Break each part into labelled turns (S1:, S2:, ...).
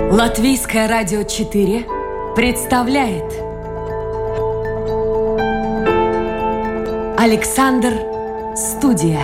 S1: Латвийское радио 4 представляет Александр Студия.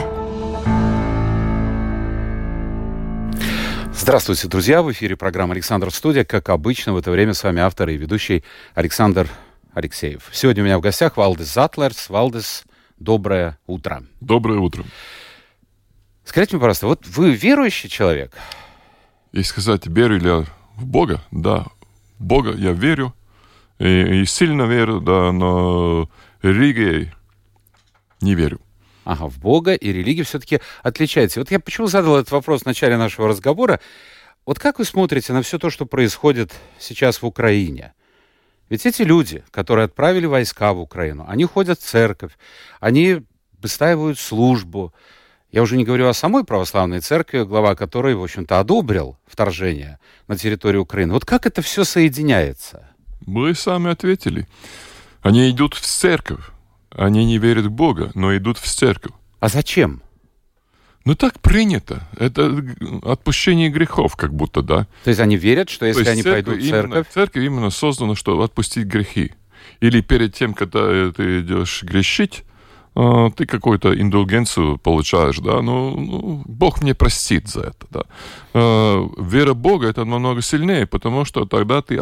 S2: Здравствуйте, друзья! В эфире программа «Александр Студия». Как обычно, в это время с вами автор и ведущий Александр Алексеев. Сегодня у меня в гостях Валдис Затлерс. Валдис, доброе утро.
S3: Доброе утро.
S2: Скажите мне, пожалуйста, вот вы верующий человек?
S3: Если сказать, верю ли я в Бога? Да, в Бога я верю. И сильно верю, да, но религией не верю.
S2: Ага, в Бога и религия все-таки отличается. Вот я почему задал этот вопрос в начале нашего разговора. Вот как вы смотрите на все то, что происходит сейчас в Украине? Ведь эти люди, которые отправили войска в Украину, они ходят в церковь, они выстаивают службу. Я уже не говорю о самой православной церкви, глава которой, в общем-то, одобрил вторжение на территорию Украины. Вот как это все соединяется?
S3: Вы сами ответили. Они идут в церковь. Они не верят в Бога, но идут в церковь.
S2: А зачем?
S3: Ну, так принято. Это отпущение грехов, как будто, да.
S2: То есть они верят, что если они пойдут в церковь...
S3: Церковь именно создана, чтобы отпустить грехи. Или перед тем, когда ты идешь грешить, ты какую-то индульгенцию получаешь, да. Ну, Бог мне простит за это, да. Вера в Бога — это намного сильнее, потому что тогда ты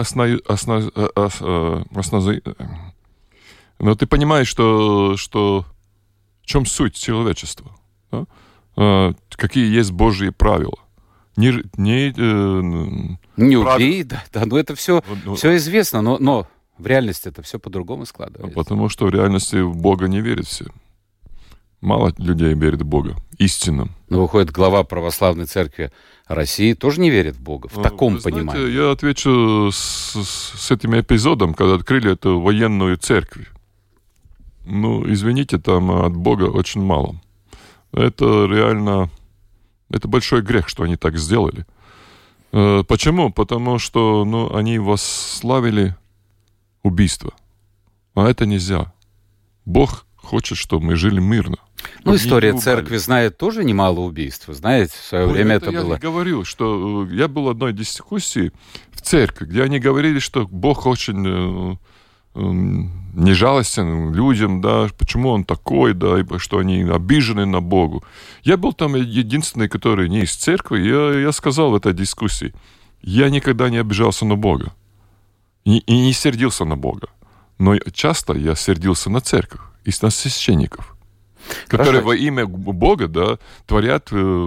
S3: но ты понимаешь, что в чем суть человечества, да? Какие есть Божьи правила. Не
S2: убей, да, но это все известно, но в реальности это все по-другому складывается.
S3: Потому что в реальности в Бога не верят все. Мало людей верит в Бога, истинно.
S2: Но выходит, глава православной церкви России тоже не верит в Бога, в таком понимании.
S3: Я отвечу с этим эпизодом, когда открыли эту военную церковь. Ну, извините, там от Бога очень мало. Это реально... Это большой грех, что они так сделали. Почему? Потому что они восславили убийство. А это нельзя. Бог хочет, чтобы мы жили мирно.
S2: Ну, история церкви знает тоже немало убийств. Знаете, в свое время это было...
S3: Я говорил, что я был в одной дискуссии в церкви, где они говорили, что Бог очень... не жалостен людям, да, почему он такой, да, и что они обижены на Богу. Я был там единственный, который не из церкви. Я сказал в этой дискуссии, я никогда не обижался на Бога и не сердился на Бога. Но часто я сердился на церковь и на священников, которые во имя Бога, да, творят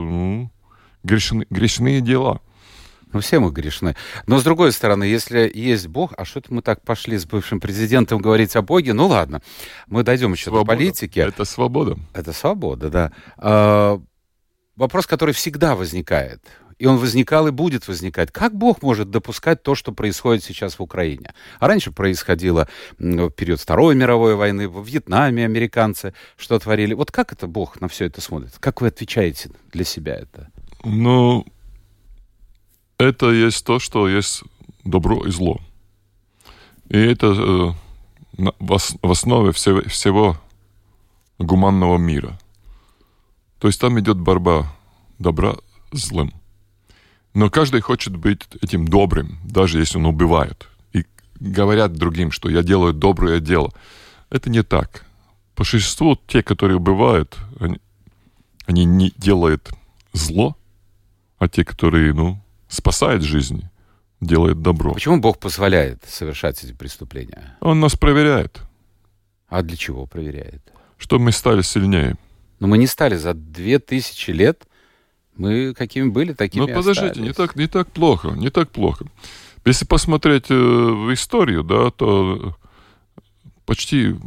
S3: грешные дела.
S2: Ну, все мы грешны. Но, с другой стороны, если есть Бог, а что-то мы так пошли с бывшим президентом говорить о Боге? Ну, ладно, мы дойдем еще до политики.
S3: Это свобода.
S2: Это свобода, да. Вопрос, который всегда возникает, и он возникал и будет возникать. Как Бог может допускать то, что происходит сейчас в Украине? А раньше происходило в период Второй мировой войны, во Вьетнаме американцы что творили. Вот как это Бог на все это смотрит? Как вы отвечаете для себя это?
S3: Ну... Это есть то, что есть добро и зло. И это в основе всего гуманного мира. То есть там идет борьба добра с злым. Но каждый хочет быть этим добрым, даже если он убивает. И говорят другим, что я делаю доброе дело. Это не так. По существу те, которые убивают, они не делают зло, а те, которые, спасает жизнь, делает добро.
S2: Почему Бог позволяет совершать эти преступления?
S3: Он нас проверяет.
S2: А для чего проверяет?
S3: Чтобы мы стали сильнее.
S2: Но мы не стали за 2000 лет. Мы какими были, такими и остались.
S3: Подождите, не так плохо, не так плохо. Если посмотреть в историю, да, то почти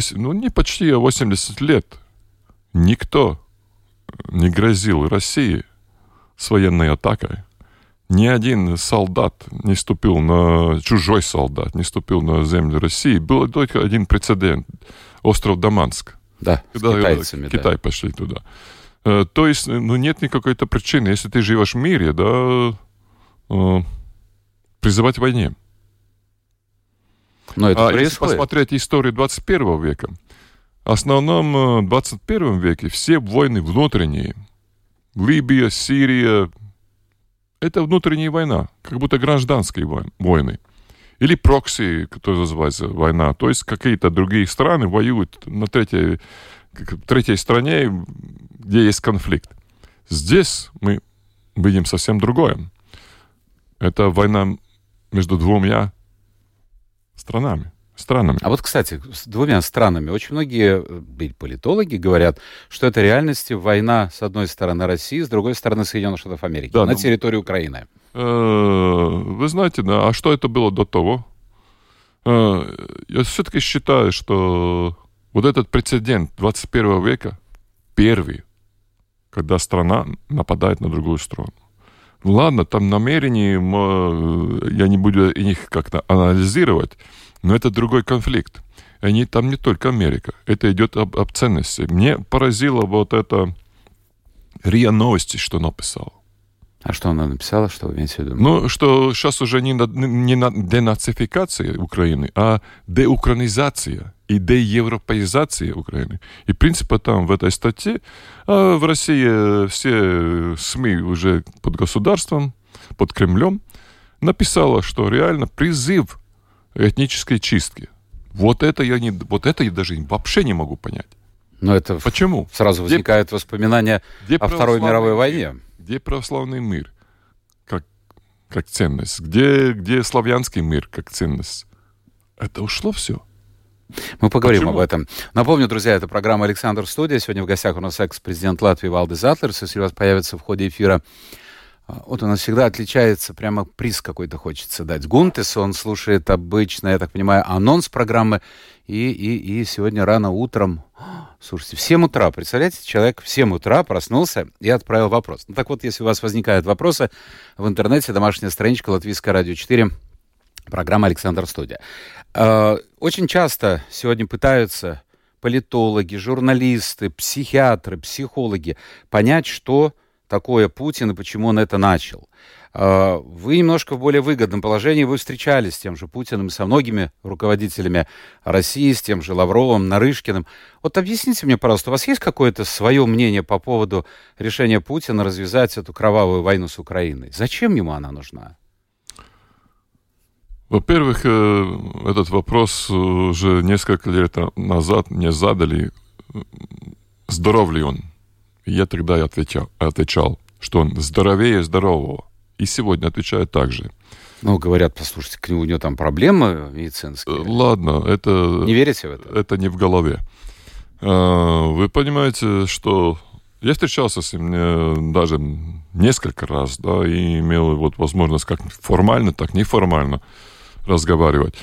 S3: 80 лет никто не грозил России с военной атакой. Ни один солдат не ступил чужой солдат не ступил на землю России. Был только один прецедент. Остров Даманск.
S2: Да, с китайцами.
S3: Китай пошли туда. То есть, нет никакой причины, если ты живешь в мире, да, призывать к войне.
S2: Но это происходит.
S3: Если посмотреть историю 21 века, в основном в 21 веке все войны внутренние. Либия, Сирия, Это внутренняя война, как будто гражданские войны. Или прокси, который называется война. То есть какие-то другие страны воюют на третьей стране, где есть конфликт. Здесь мы видим совсем другое. Это война между двумя странами.
S2: А вот, кстати, с двумя странами. Очень многие политологи говорят, что это в реальности война, с одной стороны, России, с другой стороны, Соединенных Штатов Америки, да, на территории Украины.
S3: Вы знаете, да, а что это было до того? Я все-таки считаю, что вот этот прецедент 21 века первый, когда страна нападает на другую страну. Ладно, там намерения, я не буду их как-то анализировать, но это другой конфликт. Там не только Америка. Это идет об ценности. Мне поразило вот это РИА Новости, что написал.
S2: А что она написала, что вы имеете в виду?
S3: Ну, что сейчас уже не денацификация Украины, а деукраинизация и деевропеизация Украины. И принципа там в этой статье, в России все СМИ уже под государством, под Кремлем, написала, что реально призыв этнической чистки. Вот это я даже вообще не могу понять.
S2: Но это
S3: почему?
S2: Сразу возникают воспоминания о Второй мировой войне.
S3: Где православный мир как ценность? Где славянский мир как ценность? Это ушло все.
S2: Мы поговорим об этом. Напомню, друзья, это программа «Александр Студия». Сегодня в гостях у нас экс-президент Латвии Валдис Затлерс. Если у вас появится в ходе эфира... Вот у нас всегда отличается, прямо приз какой-то хочется дать. Гунтес, он слушает обычно, я так понимаю, анонс программы. И сегодня рано утром, слушайте, в 7 утра, представляете, человек в 7 утра проснулся и отправил вопрос. Ну так вот, если у вас возникают вопросы, в интернете домашняя страничка Латвийское радио 4, программа «Александр Студия». Очень часто сегодня пытаются политологи, журналисты, психиатры, психологи понять, что такое Путин и почему он это начал. Вы немножко в более выгодном положении, вы встречались с тем же Путиным, со многими руководителями России, с тем же Лавровым, Нарышкиным. Вот объясните мне, пожалуйста, у вас есть какое-то свое мнение по поводу решения Путина развязать эту кровавую войну с Украиной? Зачем ему она нужна?
S3: Во-первых, этот вопрос уже несколько лет назад мне задали, здоров ли он. И я тогда отвечал, что он здоровее здорового. И сегодня отвечаю так же.
S2: Ну, говорят, послушайте, у него там проблемы медицинские.
S3: Ладно, это...
S2: Не верите в это?
S3: Это не в голове. Вы понимаете, что... Я встречался с ним даже несколько раз, да, и имел вот возможность как формально, так и неформально разговаривать.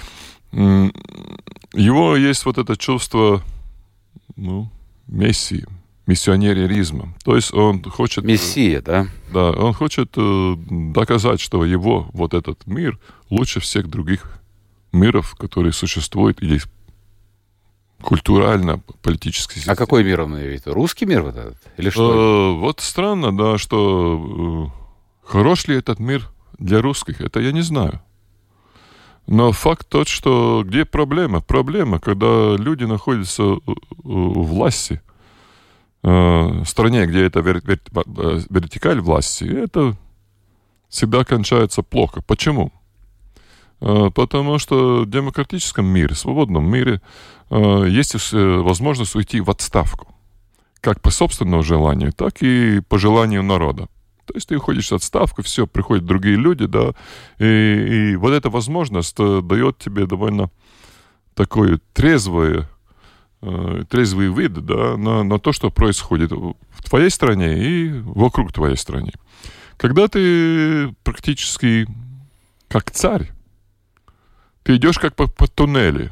S3: Его есть вот это чувство, мессии, миссионеризма. То есть он хочет...
S2: Мессия, да?
S3: Да, он хочет доказать, что его вот этот мир лучше всех других миров, которые существуют, или культурально-политический систем.
S2: А какой мир он имеет? Русский мир вот этот? Или что?
S3: Вот странно, да, что хорош ли этот мир для русских, это я не знаю. Но факт тот, что где проблема? Проблема, когда люди находятся у власти, в стране, где это вертикаль власти, это всегда кончается плохо. Почему? Потому что в демократическом мире, свободном мире есть возможность уйти в отставку. Как по собственному желанию, так и по желанию народа. То есть ты уходишь в отставку, все, приходят другие люди, да, и вот эта возможность дает тебе довольно такой трезвый вид, да, на то, что происходит в твоей стране и вокруг твоей страны. Когда ты практически как царь, ты идешь как по туннелю,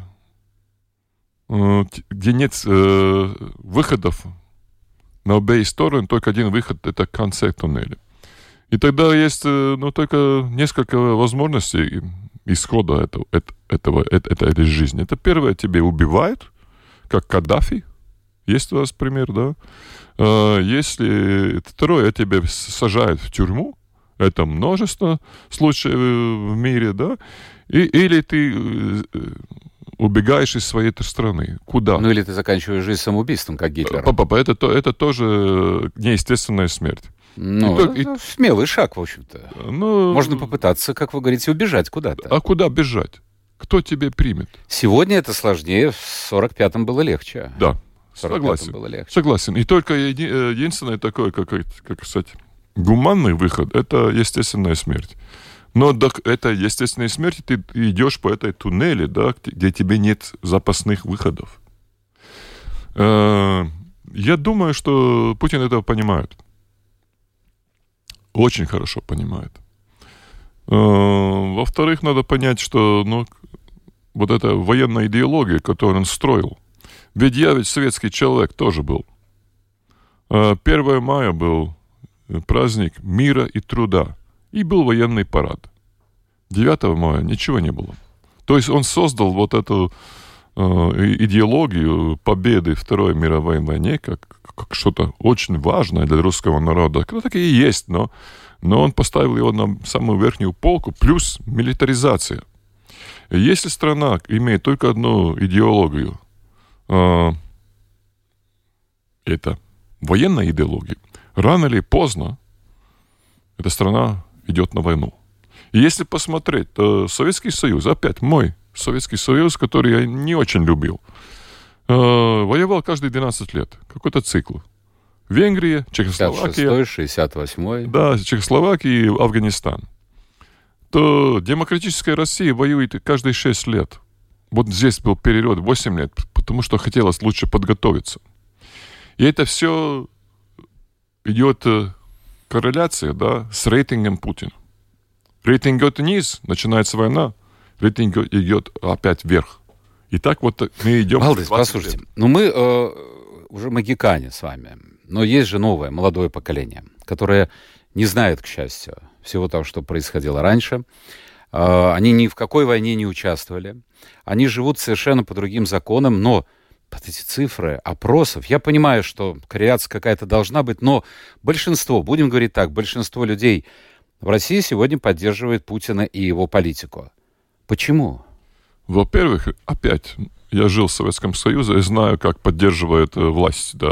S3: где нет выходов на обе стороны, только один выход — это в конце туннеля. И тогда есть только несколько возможностей исхода этой жизни. Это первое, тебя убивают, как Каддафи. Есть у вас пример, да? Если второе, тебя сажают в тюрьму. Это множество случаев в мире, да? Или ты убегаешь из своей страны. Куда?
S2: Или ты заканчиваешь жизнь самоубийством, как Гитлер.
S3: Это тоже неестественная смерть.
S2: Ну, это смелый шаг, в общем-то.
S3: Ну,
S2: можно попытаться, как вы говорите, убежать куда-то.
S3: А куда бежать? Кто тебе примет?
S2: Сегодня это сложнее, в 45-м было легче.
S3: Да, согласен.
S2: Было легче.
S3: Согласен. И только единственное такое, как сказать, гуманный выход, это естественная смерть. Но до этой естественной смерти ты идешь по этой туннели, да, где тебе нет запасных выходов. Я думаю, что Путин это понимает. Очень хорошо понимает. Во-вторых, надо понять, что вот эта военная идеология, которую он строил. Ведь я советский человек тоже был. 1 мая был праздник мира и труда. И был военный парад. 9 мая ничего не было. То есть он создал вот эту идеологию победы в Второй мировой войне как что-то очень важное для русского народа. Это так и есть, но он поставил его на самую верхнюю полку, плюс милитаризация. Если страна имеет только одну идеологию, это военная идеология, рано или поздно эта страна идет на войну. И если посмотреть, то Советский Союз, опять мой Советский Союз, который я не очень любил, воевал каждые 12 лет. Какой-то цикл. Венгрия, Чехословакия.
S2: 66-й, 68-й.
S3: Да, Чехословакия и Афганистан. То демократическая Россия воюет каждые 6 лет. Вот здесь был период 8 лет, потому что хотелось лучше подготовиться. И это все идет корреляция, да, с рейтингом Путина. Рейтинг идет вниз, начинается война, рейтинг идет опять вверх. И так вот мы идем...
S2: Валдис, послушайте, мы уже магикане с вами, но есть же новое, молодое поколение, которое не знает, к счастью, всего того, что происходило раньше. Они ни в какой войне не участвовали. Они живут совершенно по другим законам, но под эти цифры опросов, я понимаю, что корреляция какая-то должна быть, но большинство, будем говорить так, большинство людей в России сегодня поддерживает Путина и его политику. Почему?
S3: Во-первых, опять, я жил в Советском Союзе и знаю, как поддерживает власть, да,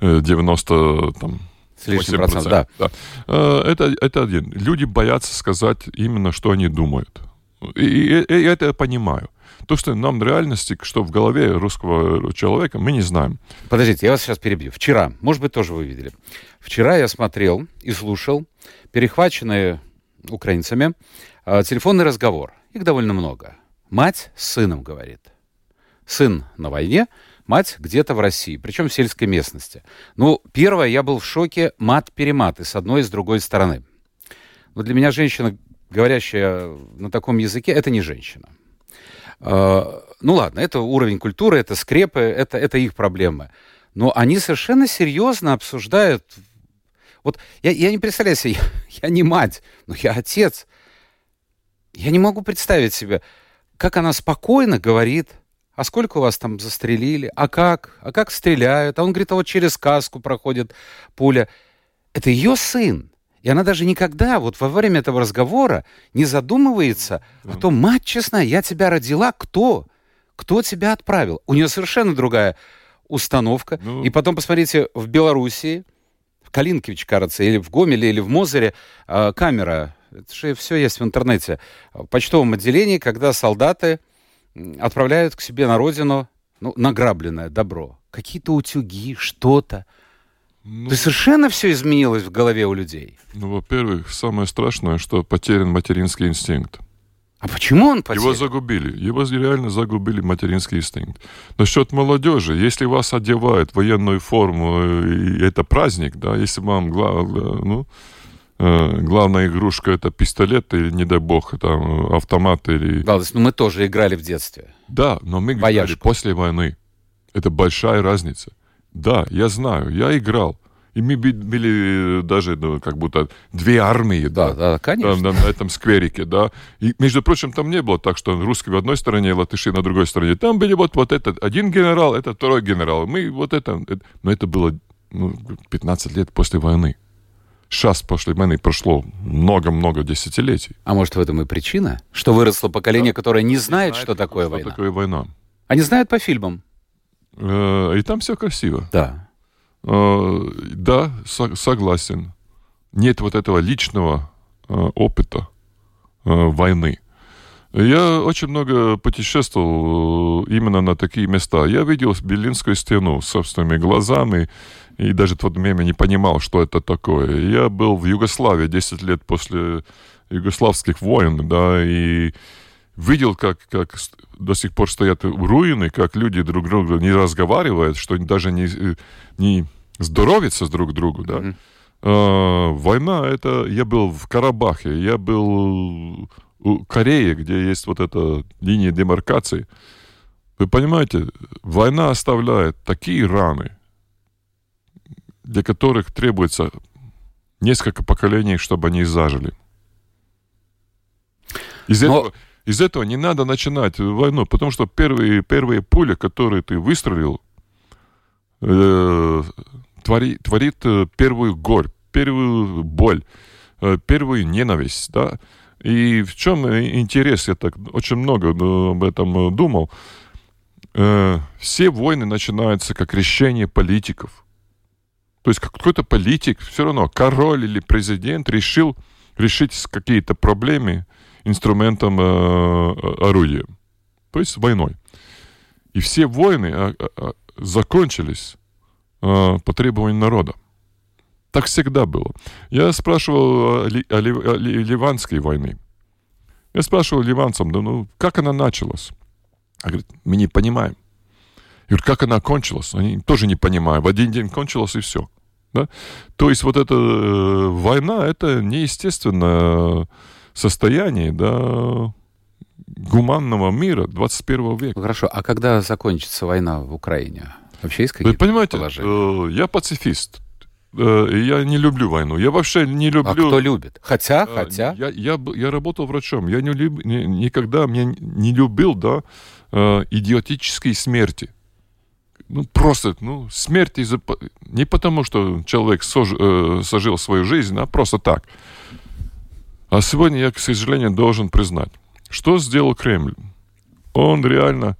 S3: 90 там,
S2: с лишним процентов, да.
S3: Это один. Люди боятся сказать именно, что они думают. И это я понимаю. То, что нам в реальности, что в голове русского человека, мы не знаем.
S2: Подождите, я вас сейчас перебью. Вчера, может быть, тоже вы видели. Вчера я смотрел и слушал перехваченные украинцами телефонный разговор. Их довольно много. Мать с сыном говорит. Сын на войне, мать где-то в России, причем в сельской местности. Ну, первое, я был в шоке, мат-перемат, и с одной, и с другой стороны. Но для меня женщина, говорящая на таком языке, это не женщина. Ну ладно, это уровень культуры, это скрепы, это их проблемы. Но они совершенно серьезно обсуждают... Вот я не представляю себе, я не мать, но я отец. Я не могу представить себе, как она спокойно говорит, а сколько у вас там застрелили, а как стреляют. А он говорит, а вот через каску проходит пуля. Это ее сын. И она даже никогда вот во время этого разговора не задумывается о том, мать честная, я тебя родила, кто? Кто тебя отправил? У нее совершенно другая установка. И потом посмотрите, в Белоруссии, в Калинкевич, кажется, или в Гомеле, или в Мозыре, камера, это же все есть в интернете, в почтовом отделении, когда солдаты отправляют к себе на родину награбленное добро. Какие-то утюги, что-то. То есть совершенно все изменилось в голове у людей.
S3: Во-первых, самое страшное, что потерян материнский инстинкт.
S2: А почему он потерян?
S3: Его загубили. Его реально загубили материнский инстинкт. Насчет молодежи. Если вас одевают в военную форму, и это праздник, да, если вам главная игрушка это пистолет или, не дай бог, там, автомат или...
S2: Валдис, мы тоже играли в детстве.
S3: Да, но мы играли после войны. Это большая разница. Да, я знаю, я играл. И мы были даже как будто две армии.
S2: Да, конечно.
S3: На этом скверике, да. И, между прочим, там не было так, что русские в одной стороне, латыши на другой стороне. Там были вот этот один генерал, это второй генерал. Мы вот это... Но это было 15 лет после войны. Сейчас после войны прошло много-много десятилетий.
S2: А может, в этом и причина? Что выросло поколение, которое не знает, что такое война?
S3: Что такое война.
S2: Они знают по фильмам.
S3: И там все красиво.
S2: Да.
S3: Да, согласен. нет вот этого личного опыта войны. Я очень много путешествовал именно на такие места. Я видел Берлинскую стену собственными глазами, и даже в тот момент не понимал, что это такое. Я был в Югославии 10 лет после югославских войн, да, и видел, как до сих пор стоят руины, как люди друг другу не разговаривают, что даже не здоровятся друг к другу, да. Война, это... Я был в Карабахе, я был в Корее, где есть вот эта линия демаркации. Вы понимаете, война оставляет такие раны, для которых требуется несколько поколений, чтобы они зажили. Из этого не надо начинать войну, потому что первые пули, которые ты выстрелил, творит первую горь, первую боль, первую ненависть, да. И в чем интерес? Я так очень много об этом думал. Все войны начинаются как решение политиков. То есть какой-то политик, все равно король или президент решил решить какие-то проблемы инструментом, орудием. То есть войной. И все войны закончились по требованию народа. Так всегда было. Я спрашивал о ливанской войне. Я спрашивал ливанцам, как она началась? Они говорят, мы не понимаем. Я говорю, как она кончилась? Они тоже не понимают. В один день кончилась и все. Да? То есть вот эта война, это неестественное состояние, да, гуманного мира 21 века.
S2: Хорошо, а когда закончится война в Украине? Вообще есть какие-то положения?
S3: Вы понимаете, я пацифист. Я не люблю войну. Я вообще не люблю...
S2: А кто любит? Хотя...
S3: Я работал врачом. Я никогда не любил, да, идиотические смерти. Просто смерть не потому, что человек сожил свою жизнь, а просто так. А сегодня я, к сожалению, должен признать, что сделал Кремль. Он реально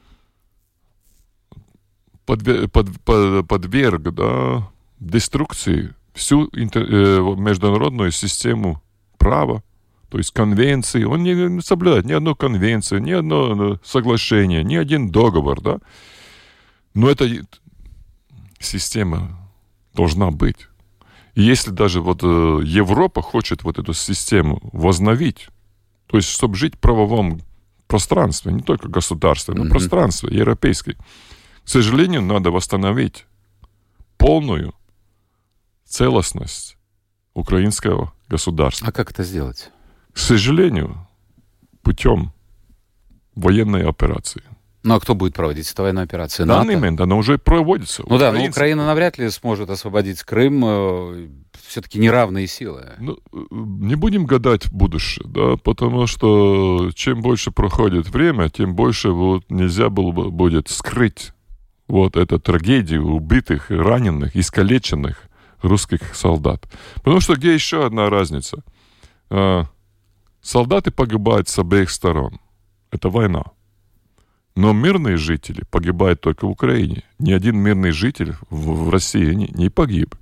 S3: подверг, да, деструкции всю международную систему права, то есть конвенции. Он не соблюдает ни одну конвенцию, ни одно соглашение, ни один договор, да. Но эта система должна быть. И если даже Европа хочет эту систему возобновить, то есть чтобы жить в правовом пространстве, не только государстве, но пространстве европейское, к сожалению, надо восстановить полную целостность украинского государства.
S2: А как это сделать?
S3: К сожалению, путем военной операции.
S2: Ну, а кто будет проводить эту военную операцию?
S3: В данный момент она уже проводится.
S2: Ну да, но Украина навряд ли сможет освободить Крым. Все-таки неравные силы.
S3: Не будем гадать в будущее, да, потому что чем больше проходит время, тем больше нельзя будет скрыть эту трагедию убитых, раненых, искалеченных русских солдат. Потому что где еще одна разница? Солдаты погибают с обеих сторон. Это война. Но мирные жители погибают только в Украине. Ни один мирный житель в России не погиб.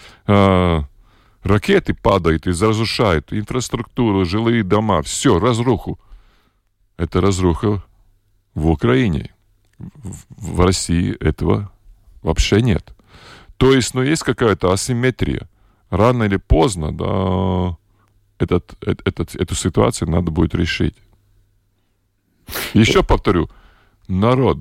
S3: Ракеты падают и разрушают инфраструктуру, жилые дома, все, разруху. Это разруха в Украине. В России этого вообще нет. То есть, есть какая-то асимметрия. Рано или поздно, да, эту ситуацию надо будет решить. Еще повторю, народ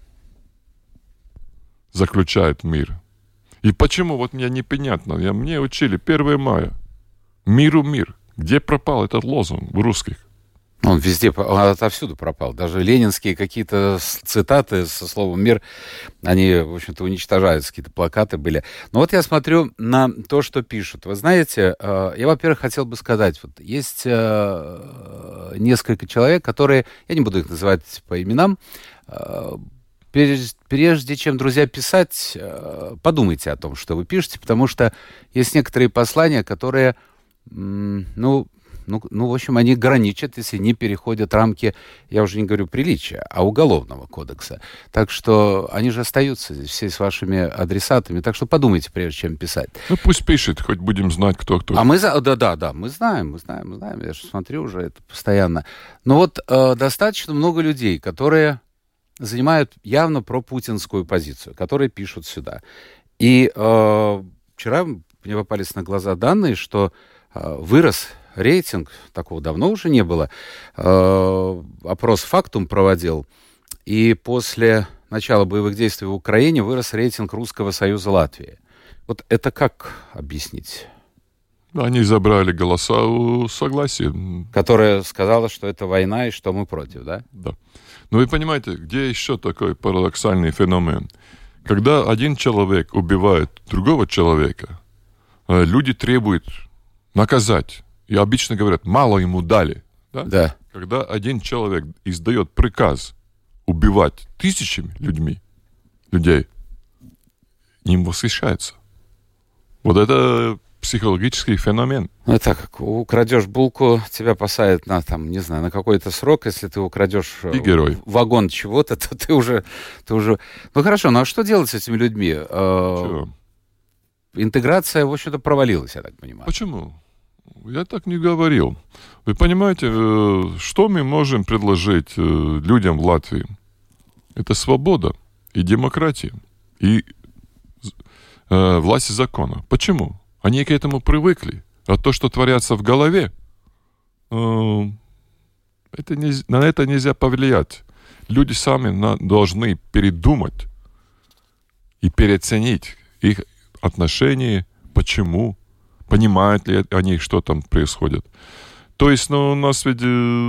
S3: заключает мир. И почему, мне непонятно, мне учили 1 мая, миру мир. Где пропал этот лозунг в русских?
S2: Он везде, он отовсюду пропал. Даже ленинские какие-то цитаты со словом «мир», они, в общем-то, уничтожаются, какие-то плакаты были. Но я смотрю на то, что пишут. Вы знаете, я, во-первых, хотел бы сказать, есть несколько человек, которые, я не буду их называть по именам, прежде чем, друзья, писать, подумайте о том, что вы пишете, потому что есть некоторые послания, которые, в общем, они граничат, если не переходят рамки, я уже не говорю приличия, а уголовного кодекса. Так что они же остаются здесь все с вашими адресатами. Так что подумайте, прежде чем писать.
S3: Ну, пусть пишет, хоть будем знать, кто.
S2: А мы знаем. Я же смотрю уже это постоянно. Но вот достаточно много людей, которые занимают явно пропутинскую позицию, которые пишут сюда. И вчера мне попались на глаза данные, что вырос рейтинг, такого давно уже не было. Опрос «Фактум» проводил, и после начала боевых действий в Украине вырос рейтинг Русского Союза Латвии. Вот это как объяснить?
S3: Они забрали голоса у согласия.
S2: Которая сказала, что это война и что мы против, да?
S3: Да. Но вы понимаете, где еще такой парадоксальный феномен? Когда один человек убивает другого человека, люди требуют наказать. И обычно говорят, мало ему дали. Да?
S2: Да.
S3: Когда один человек издает приказ убивать тысячами людей, им восхищается. Вот это психологический феномен.
S2: Ну, это как украдешь булку, тебя посадят на, там, не знаю, на какой-то срок. Если ты украдешь вагон чего-то, то ты уже... Ну, хорошо, ну а что делать с этими людьми? Интеграция, в общем-то, провалилась, я так понимаю.
S3: Почему? Я так не говорил. Вы понимаете, что мы можем предложить людям в Латвии? Это свобода и демократия, и власть закона. Почему? Они к этому привыкли. А то, что творятся в голове, на это нельзя повлиять. Люди сами должны передумать и переоценить их отношения, почему, понимают ли они, что там происходит. То есть, у нас ведь,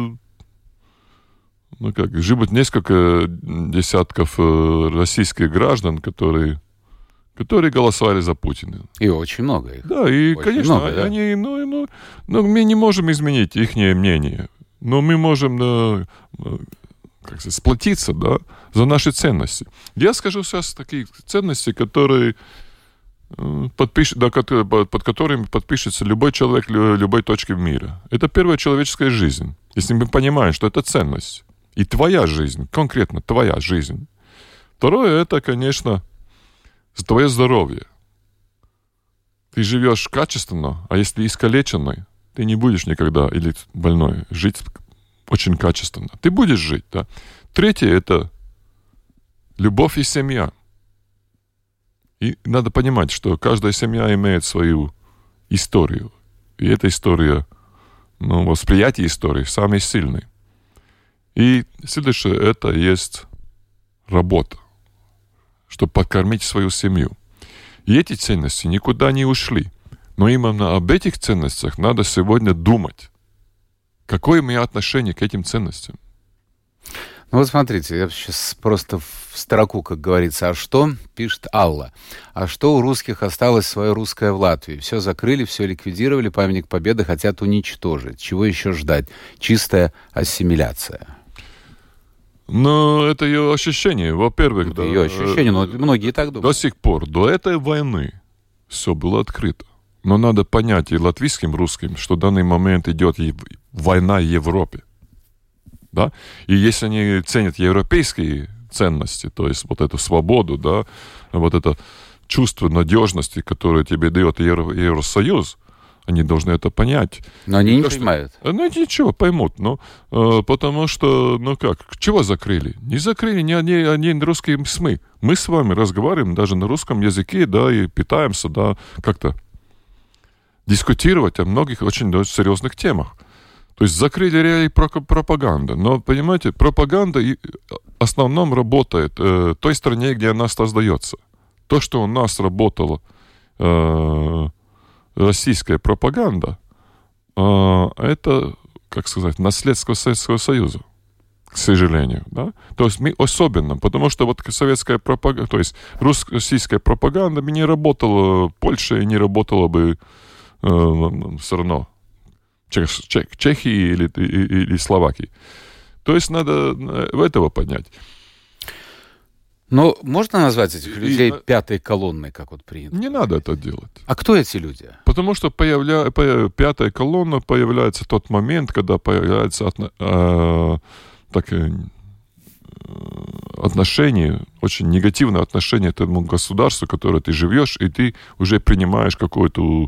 S3: живут несколько десятков российских граждан, которые голосовали за Путина.
S2: И очень много их.
S3: Да, и,
S2: очень
S3: конечно,
S2: много, да.
S3: они, мы не можем изменить их мнение, но мы можем, сплотиться, да, за наши ценности. Я скажу сейчас такие ценности, которые под которыми подпишется любой человек любой точки мира. Это первая человеческая жизнь. Если мы понимаем, что это ценность. И твоя жизнь, конкретно твоя жизнь. Второе, это, конечно, твое здоровье. Ты живешь качественно, а если искалеченный, ты не будешь никогда, или больной, жить очень качественно. Ты будешь жить, да. Третье, это любовь и семья. И надо понимать, что каждая семья имеет свою историю. И эта история, восприятие истории самый сильный. И следующее, это есть работа, чтобы покормить свою семью. И эти ценности никуда не ушли. Но именно об этих ценностях надо сегодня думать. Какое у меня отношение к этим ценностям?
S2: Ну вот смотрите, я сейчас просто в строку, как говорится, а что, пишет Алла, а что у русских осталось свое русское в Латвии? Все закрыли, все ликвидировали, памятник Победы хотят уничтожить. Чего еще ждать? Чистая ассимиляция.
S3: Но это ее ощущение, во-первых.
S2: Это ее ощущение, но многие так думают.
S3: До сих пор, до этой войны, все было открыто. Но надо понять и латвийским, русским, что в данный момент идет война в Европе. Да? И если они ценят европейские ценности, то есть вот эту свободу, да, вот это чувство надежности, которое тебе дает Евросоюз, они должны это понять.
S2: Но они не понимают.
S3: Ну, ничего, поймут. Потому что, чего закрыли? Не закрыли ни один русский СМИ. Мы с вами разговариваем даже на русском языке, да, и пытаемся, да, как-то дискутировать о многих очень серьезных темах. То есть закрыли реально пропаганду. Но, понимаете, пропаганда в основном работает в той стране, где она создается. То, что у нас работало российская пропаганда, это, наследство Советского Союза, к сожалению. Да? То есть мы особенно, потому что вот советская пропаганда, то есть российская пропаганда бы не работала в Польше и не работала бы все равно Чехии или Словакии. То есть надо этого понять.
S2: Но можно назвать этих людей пятой колонной, как вот принято?
S3: Не надо это делать.
S2: А кто эти люди?
S3: Потому что пятая колонна появляется в тот момент, когда появляется отношение, очень негативное отношение к тому государству, в котором ты живешь, и ты уже принимаешь какую-то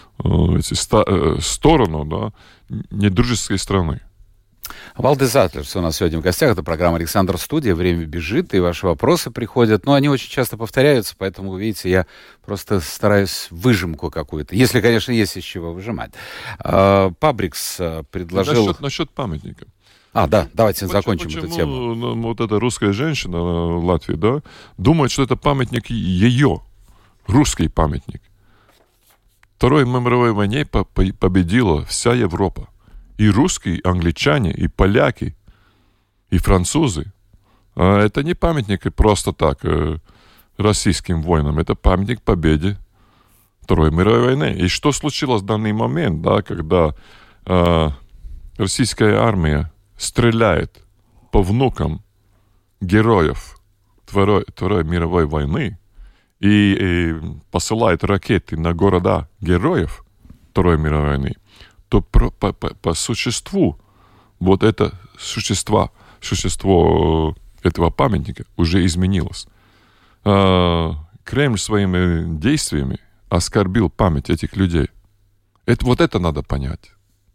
S3: сторону, да, недружеской страны.
S2: Валдис Атлерс у нас сегодня в гостях. Это программа «Александр Студия». Время бежит, и ваши вопросы приходят. Но они очень часто повторяются, поэтому, вы видите, я просто стараюсь выжимку какую-то. Если, конечно, есть из чего выжимать. Пабрикс предложил...
S3: Насчет памятника.
S2: Да, давайте закончим эту тему.
S3: Почему вот эта русская женщина в Латвии, да, думает, что это памятник ее, русский памятник. В Второй мировой войне победила вся Европа. И русские, и англичане, и поляки, и французы. Это не памятник просто так российским воинам. Это памятник победе Второй мировой войны. И что случилось в данный момент, да, когда российская армия стреляет по внукам героев Второй мировой войны и посылает ракеты на города героев Второй мировой войны, то по существу вот это существо этого памятника уже изменилось. Кремль своими действиями оскорбил память этих людей. Вот это надо понять.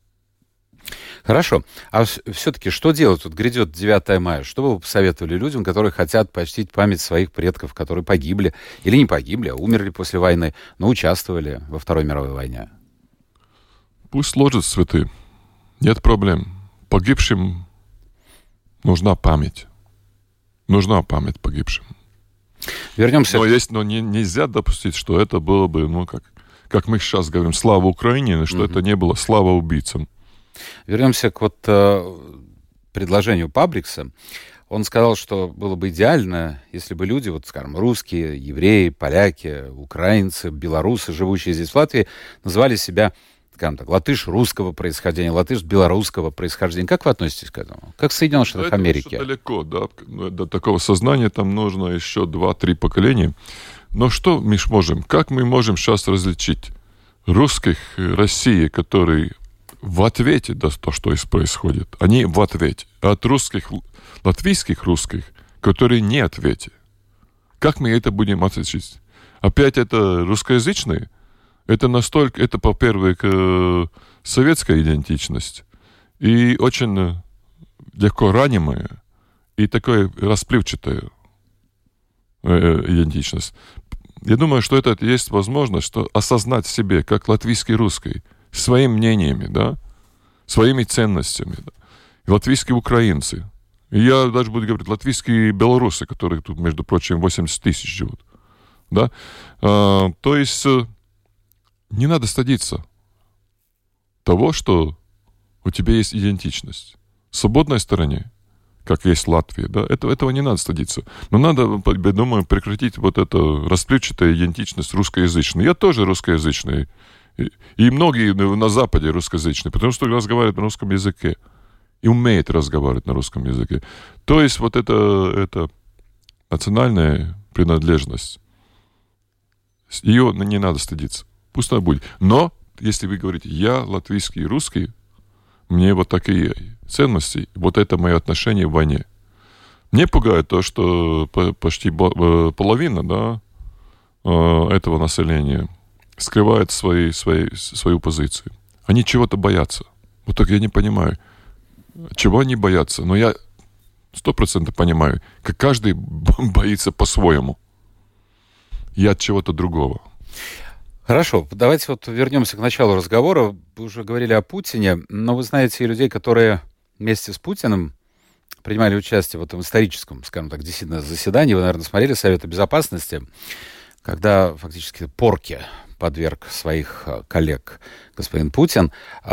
S2: Хорошо. А все-таки что делать? Тут грядет 9 мая. Что бы вы посоветовали людям, которые хотят почтить память своих предков, которые погибли или не погибли, а умерли после войны, но участвовали во Второй мировой войне?
S3: Пусть сложат цветы. Нет проблем. Погибшим нужна память. Нужна память погибшим.
S2: Вернемся.
S3: Но нельзя допустить, что это было бы, как мы сейчас говорим, слава Украине, что это не было слава убийцам.
S2: Вернемся к предложению Пабрикса. Он сказал, что было бы идеально, если бы люди, скажем, русские, евреи, поляки, украинцы, белорусы, живущие здесь в Латвии, называли себя, скажем так, латыш русского происхождения, латыш белорусского происхождения. Как вы относитесь к этому? Как в Соединенных Штатах Америки?
S3: Это далеко, да. До такого сознания там нужно еще 2-3 поколения. Но что мы можем? Как мы можем сейчас различить русских России, которые в ответе за то, что происходит? Они в ответе. От русских, латвийских русских, которые не в ответе. Как мы это будем отличить? Опять это русскоязычные? Это настолько, это, по-первых, советская идентичность. И очень легко ранимая, и такая расплывчатая идентичность. Я думаю, что это есть возможность, что осознать в себе, как латвийский русский, своими мнениями, да, своими ценностями. Да. И латвийские украинцы. И я даже буду говорить, латвийские белорусы, которые тут, между прочим, 80 тысяч живут. Да. То есть не надо стыдиться того, что у тебя есть идентичность. В свободной стороне, как есть Латвия, да, этого не надо стыдиться. Но надо, я думаю, прекратить вот эту расплывчатую идентичность русскоязычную. Я тоже русскоязычный. И многие на Западе русскоязычные, потому что разговаривают на русском языке. И умеют разговаривать на русском языке. То есть вот это национальная принадлежность, ее не надо стыдиться. Пусть она будет. Но, если вы говорите, я латвийский и русский, мне вот такие ценности, вот это мое отношение в войне. Мне пугает то, что почти половина, да, этого населения скрывает свою позицию. Они чего-то боятся. Вот так я не понимаю, чего они боятся. Но я 100% понимаю, как каждый боится по-своему. И от чего-то другого.
S2: Хорошо, давайте вернемся к началу разговора. Вы уже говорили о Путине, но вы знаете и людей, которые вместе с Путиным принимали участие в этом историческом, скажем так, действительно заседании. Вы, наверное, смотрели Совета Безопасности, когда фактически порке подверг своих коллег господин Путин.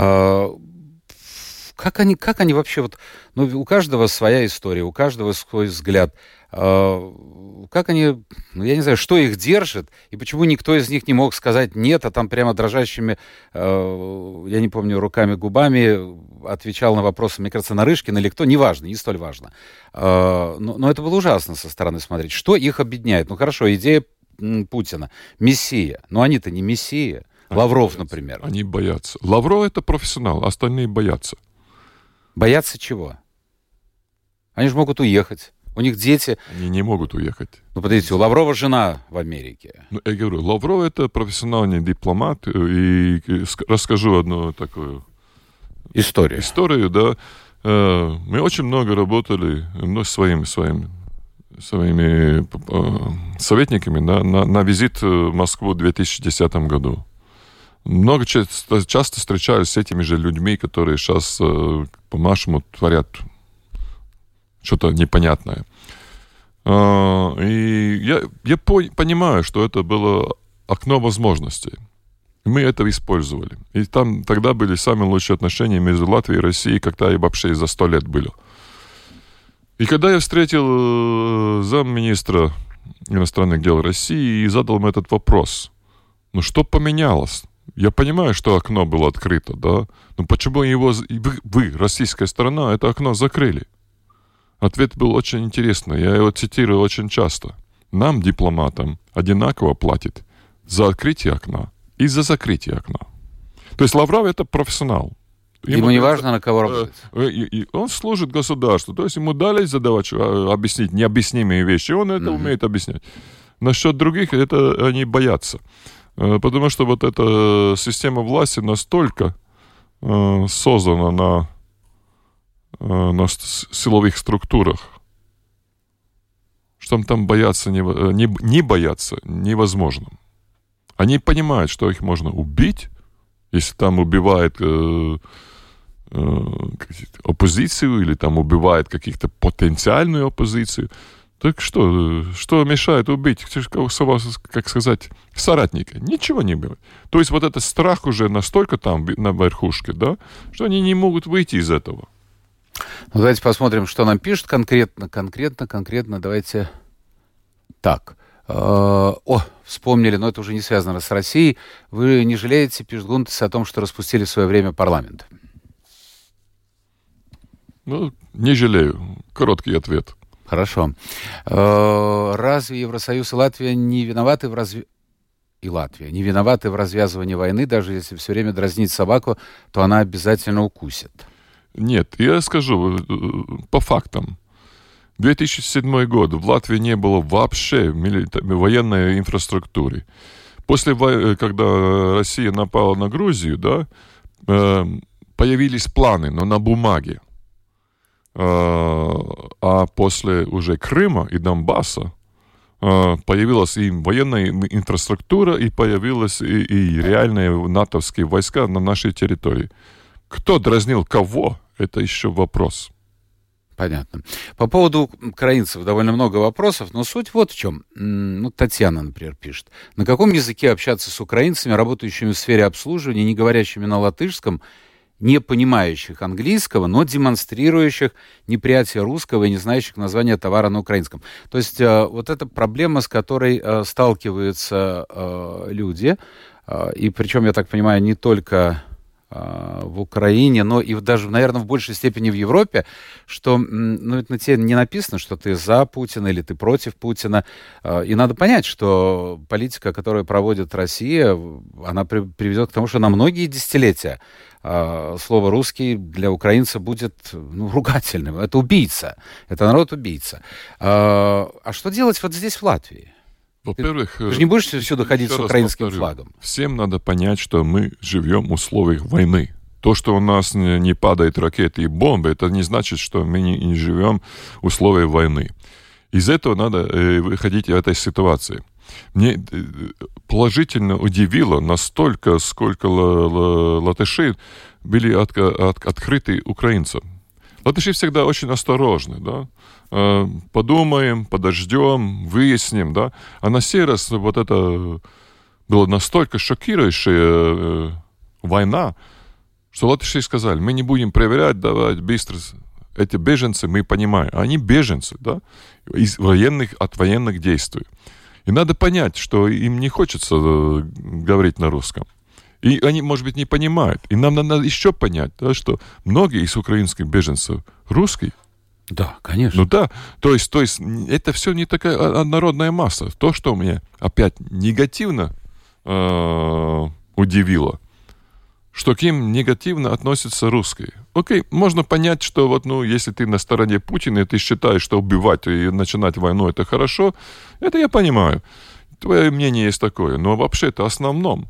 S2: Как они вообще у каждого своя история, у каждого свой взгляд. Как они, я не знаю, что их держит, и почему никто из них не мог сказать «нет», а там прямо дрожащими, я не помню, руками, губами отвечал на вопросы, мне кажется, Нарышкин или кто, неважно, не столь важно. Но это было ужасно со стороны смотреть. Что их объединяет? Ну хорошо, идея Путина, мессия. Но они-то не мессия. Лавров, например.
S3: Они боятся. Лавров — это профессионал, остальные боятся.
S2: Боятся чего? Они же могут уехать. У них дети...
S3: Они не могут уехать.
S2: Ну, подождите, у Лаврова жена в Америке.
S3: Ну, я говорю, Лавров — это профессиональный дипломат. И расскажу одну такую... Историю, да. Мы очень много работали с своими советниками на визит в Москву в 2010 году. Часто встречались с этими же людьми, которые сейчас, по-нашему, творят что-то непонятное. И я понимаю, что это было окно возможностей. Мы это использовали. И там тогда были самые лучшие отношения между Латвией и Россией, когда и вообще за 100 лет были. И когда я встретил замминистра иностранных дел России и задал ему этот вопрос, ну что поменялось? Я понимаю, что окно было открыто, да, но почему вы, российская сторона, это окно закрыли? Ответ был очень интересный, я его цитирую очень часто. Нам, дипломатам, одинаково платят за открытие окна и за закрытие окна. То есть Лавров — это профессионал.
S2: Ему не важно, на кого работать.
S3: И он служит государству. То есть ему дали задавать, объяснить необъяснимые вещи, он это умеет объяснять. Насчет других, это они боятся. Потому что вот эта система власти настолько создана на силовых структурах, что там бояться не бояться невозможно. Они понимают, что их можно убить, если там убивает оппозицию или там убивает каких-то потенциальную оппозицию. Так что мешает убить, как сказать, соратника? Ничего не бывает. То есть вот этот страх уже настолько там на верхушке, да, что они не могут выйти из этого.
S2: Ну, давайте посмотрим, что нам пишут конкретно. Давайте так. Вспомнили, но это уже не связано с Россией. Вы не жалеете, пишет Гунтес, о том, что распустили в свое время парламент?
S3: Ну, не жалею. Короткий ответ.
S2: Хорошо. Разве Евросоюз и Латвия не виноваты в развязывании войны? Даже если все время дразнить собаку, то она обязательно укусит.
S3: Нет, я скажу по фактам. 2007 год в Латвии не было вообще военной инфраструктуры. После, когда Россия напала на Грузию, да, появились планы, но на бумаге. А после уже Крыма и Донбасса появилась и военная инфраструктура, и появились и реальные натовские войска на нашей территории. Кто дразнил кого, это еще вопрос.
S2: Понятно. По поводу украинцев довольно много вопросов, но суть вот в чем. Ну, Татьяна, например, пишет. На каком языке общаться с украинцами, работающими в сфере обслуживания, не говорящими на латышском, не понимающих английского, но демонстрирующих неприятие русского и не знающих названия товара на украинском? То есть вот эта проблема, с которой сталкиваются люди, и причем, я так понимаю, не только в Украине, но и даже, наверное, в большей степени в Европе, что ну, на тебе не написано, что ты за Путина или ты против Путина. И надо понять, что политика, которую проводит Россия, она приведет к тому, что на многие десятилетия слово «русский» для украинца будет ругательным. Это убийца. Это народ-убийца. А что делать вот здесь, в Латвии?
S3: Во-первых,
S2: ты же не будешь всюду ходить с украинским флагом?
S3: Всем надо понять, что мы живем в условиях войны. То, что у нас не падают ракеты и бомбы, это не значит, что мы не живем в условиях войны. Из этого надо выходить в этой ситуации. Мне положительно удивило настолько, сколько латыши были открыты украинцам. Латыши всегда очень осторожны, да. Подумаем, подождем, выясним, да. А на сей раз вот это была настолько шокирующая война, что латыши сказали, мы не будем проверять, давать быстро. Эти беженцы, мы понимаем, они беженцы, да, от военных действий. И надо понять, что им не хочется говорить на русском. И они, может быть, не понимают. И нам надо еще понять, да, что многие из украинских беженцев русские.
S2: Да, конечно.
S3: Ну да, то есть это все не такая однородная масса. То, что меня опять негативно удивило, что к ним негативно относятся русские. Окей, можно понять, что вот, ну, если ты на стороне Путина, и ты считаешь, что убивать и начинать войну это хорошо, это я понимаю. Твое мнение есть такое. Но вообще-то в основном...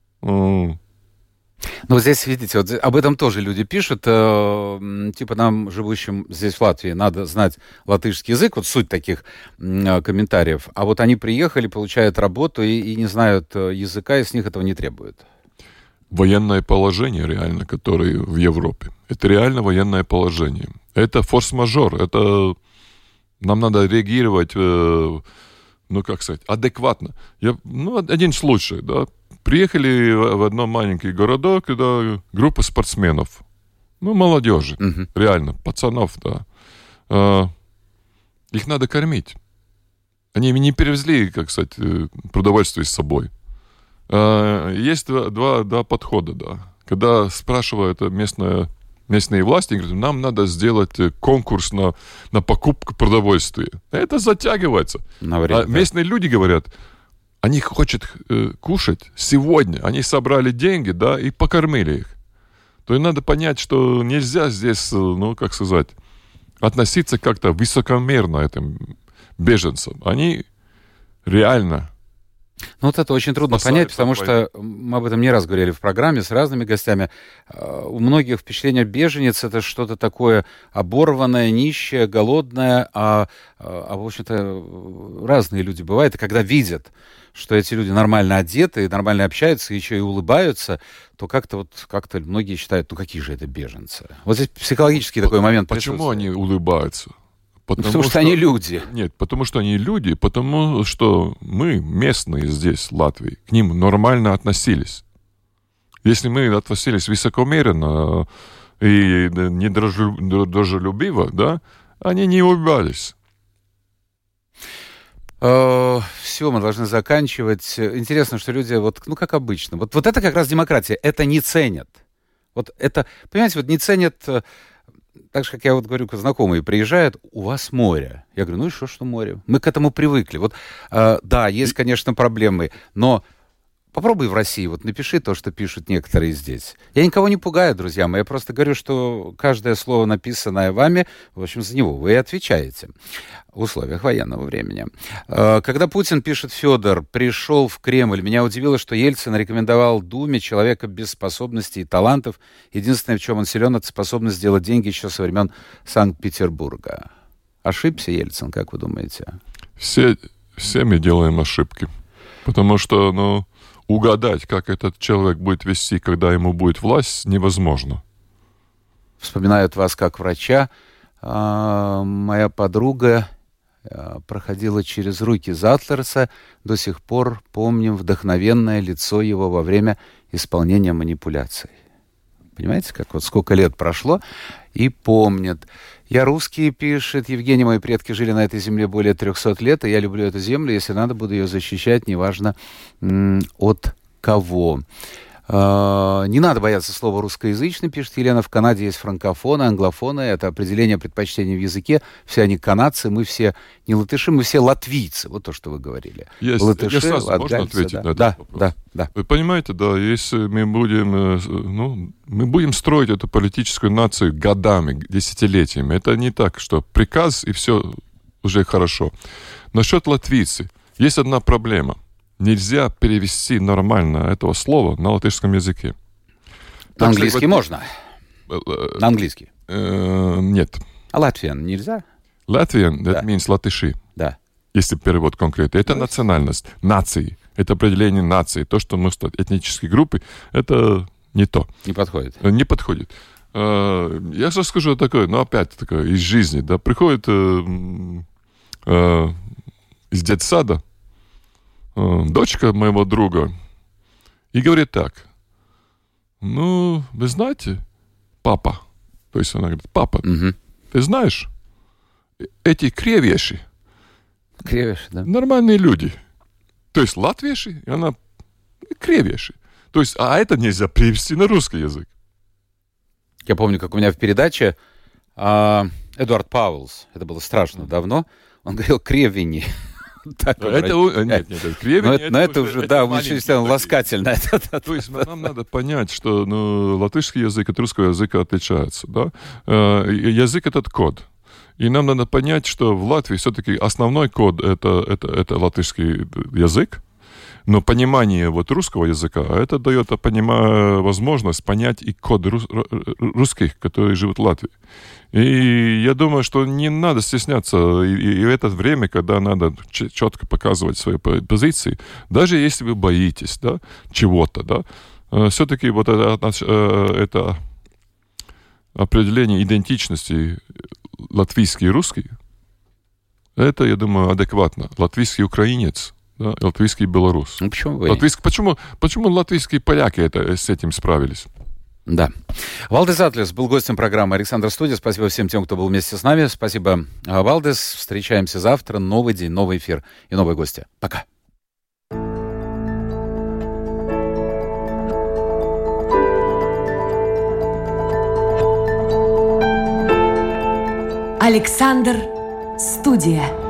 S2: Ну, здесь, видите, вот об этом тоже люди пишут. Типа нам, живущим здесь, в Латвии, надо знать латышский язык. Вот суть таких комментариев. А вот они приехали, получают работу и не знают языка, и с них этого не требуют.
S3: Военное положение реально, которое в Европе. Это реально военное положение. Это форс-мажор. Это нам надо реагировать, ну, как сказать, адекватно. Один случай, да. Приехали в одном маленький городок, да, группа спортсменов. Ну, молодежи. Реально, пацанов, да. Их надо кормить. Они не перевезли, как сказать, продовольствие с собой. Есть два подхода, да. Когда спрашивают местные власти, говорят, нам надо сделать конкурс на покупку продовольствия. Это затягивается. А местные люди говорят, они хотят кушать сегодня. Они собрали деньги, да, и покормили их. То есть надо понять, что нельзя здесь, ну, как сказать, относиться как-то высокомерно этим беженцам. Они реально...
S2: Ну, вот это очень трудно понять, потому что мы об этом не раз говорили в программе с разными гостями. У многих впечатление беженец — это что-то такое оборванное, нищее, голодное, а в общем-то, разные люди бывают. И когда видят, что эти люди нормально одеты, нормально общаются, еще и улыбаются, то как-то многие считают, ну, какие же это беженцы. Вот здесь психологический такой момент присутствует.
S3: Почему они улыбаются?
S2: Потому что они люди.
S3: Нет, потому что они люди, потому что мы, местные здесь, в Латвии, к ним нормально относились. Если мы относились высокомерно и недружелюбиво, да, они не улыбались.
S2: Все, мы должны заканчивать. Интересно, что люди, вот, ну, как обычно, вот это как раз демократия, это не ценят. Вот это, понимаете, вот не ценят... Так же, как я вот говорю, знакомые приезжают, у вас море. Я говорю, ну и что море? Мы к этому привыкли. Вот, да, есть, конечно, проблемы, но попробуй в России, вот напиши то, что пишут некоторые здесь. Я никого не пугаю, друзья мои, я просто говорю, что каждое слово, написанное вами, в общем, за него вы и отвечаете в условиях военного времени. Когда Путин, пишет Федор, пришел в Кремль, меня удивило, что Ельцин рекомендовал Думе человека без способностей и талантов. Единственное, в чем он силен, это способность сделать деньги еще со времен Санкт-Петербурга. Ошибся Ельцин, как вы думаете?
S3: Все мы делаем ошибки, потому что, ну, угадать, как этот человек будет вести, когда ему будет власть, невозможно.
S2: Вспоминают вас как врача. Моя подруга проходила через руки Затлерса. До сих пор помним вдохновенное лицо его во время исполнения манипуляций. Понимаете, как вот сколько лет прошло, и помнят. Я русский, пишет Евгений, мои предки жили на этой земле более 300 лет, и я люблю эту землю, если надо, буду ее защищать, неважно от кого. Не надо бояться слова русскоязычный, пишет Елена. В Канаде есть франкофоны, англофоны. Это определение предпочтений в языке. Все они канадцы, мы все не латыши, мы все латвийцы. Вот то, что вы говорили.
S3: Есть.
S2: Латыши,
S3: можно ответить на этот вопрос?
S2: Да.
S3: Вы понимаете, да, если мы будем строить эту политическую нацию годами, десятилетиями. Это не так, что приказ и все уже хорошо. Насчет латвийцы. Есть одна проблема. Нельзя перевести нормально этого слова на латышском языке.
S2: На английский можно? На английский?
S3: Нет.
S2: А латвиан нельзя?
S3: Латвиан, that means латыши.
S2: Да.
S3: Если перевод конкретный. Это национальность, нации. Это определение нации. То, что мы этнические группы, это не то.
S2: Не подходит.
S3: Не подходит. Я сейчас скажу такое, но опять такое, из жизни. Да, приходит из детсада дочка моего друга и говорит так: ну, вы знаете, папа, то есть она говорит, папа, ты знаешь, эти кревеши,
S2: да,
S3: нормальные люди, то есть латвеши, и она кревеши, То есть, а это нельзя перевести на русский язык.
S2: Я помню, как у меня в передаче Эдуард Пауэллс, это было страшно давно, он говорил «кревени».
S3: Нет, кревени.
S2: Но это уже, да, очень ласкательно.
S3: То есть нам надо понять, что латышский язык от русского языка отличается. Да? Язык — это код. И нам надо понять, что в Латвии все-таки основной код — это латышский язык. Но понимание вот русского языка, это дает возможность понять и код русских, которые живут в Латвии. И я думаю, что не надо стесняться и в это время, когда надо четко показывать свои позиции, даже если вы боитесь, да, чего-то, да, все-таки вот это определение идентичности латвийский и русский, это, я думаю, адекватно. Латвийский украинец, да, латвийский белорус.
S2: Ну, почему вы?
S3: Почему латвийские поляки с этим справились?
S2: Да. Валдис Атлес был гостем программы «Александр Студия». Спасибо всем тем, кто был вместе с нами. Спасибо, Валдис. Встречаемся завтра. Новый день, новый эфир и новые гости. Пока.
S1: Александр Студия.